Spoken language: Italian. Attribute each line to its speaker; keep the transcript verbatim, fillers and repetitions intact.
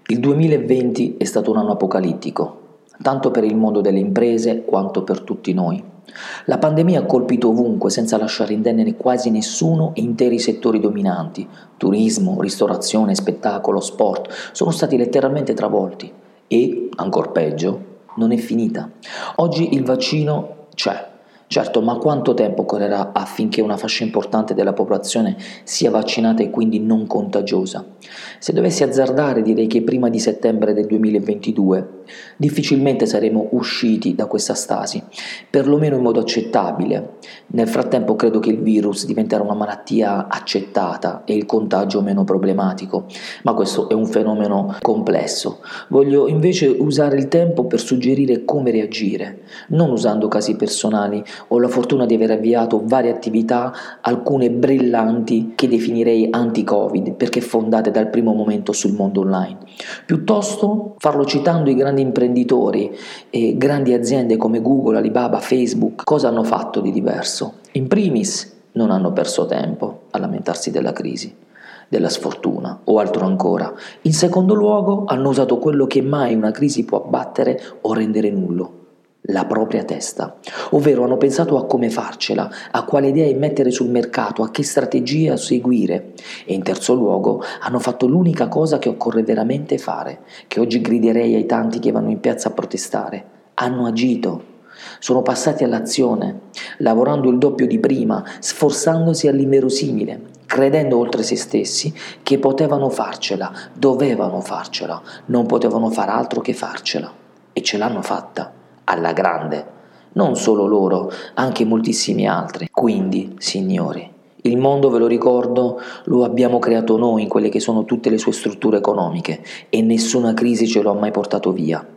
Speaker 1: Il duemilaventi è stato un anno apocalittico, tanto per il mondo delle imprese quanto per tutti noi. La pandemia ha colpito ovunque senza lasciare indenne quasi nessuno e interi settori dominanti. Turismo, ristorazione, spettacolo, sport sono stati letteralmente travolti. E, ancor peggio, non è finita. Oggi il vaccino c'è. Certo, ma quanto tempo occorrerà affinché una fascia importante della popolazione sia vaccinata e quindi non contagiosa? Se dovessi azzardare, direi che prima di settembre del duemilaventidue difficilmente saremo usciti da questa stasi, perlomeno in modo accettabile. Nel frattempo credo che il virus diventerà una malattia accettata e il contagio meno problematico, ma questo è un fenomeno complesso. Voglio invece usare il tempo per suggerire come reagire, non usando casi personali. Ho la fortuna di aver avviato varie attività, alcune brillanti che definirei anti-Covid perché fondate dal primo momento sul mondo online. Piuttosto farlo citando i grandi imprenditori e grandi aziende come Google, Alibaba, Facebook. Cosa hanno fatto di diverso? In primis, non hanno perso tempo a lamentarsi della crisi, della sfortuna o altro ancora. In secondo luogo, hanno usato quello che mai una crisi può abbattere o rendere nullo: la propria testa, ovvero hanno pensato a come farcela, a quale idee mettere sul mercato, a che strategie seguire, e in terzo luogo hanno fatto l'unica cosa che occorre veramente fare, che oggi griderei ai tanti che vanno in piazza a protestare: hanno agito. Sono passati all'azione, lavorando il doppio di prima, sforzandosi all'inverosimile, credendo oltre se stessi che potevano farcela, dovevano farcela, non potevano far altro che farcela, e ce l'hanno fatta. Alla grande, non solo loro, anche moltissimi altri. Quindi, signori, il mondo, ve lo ricordo, lo abbiamo creato noi in quelle che sono tutte le sue strutture economiche e nessuna crisi ce lo ha mai portato via.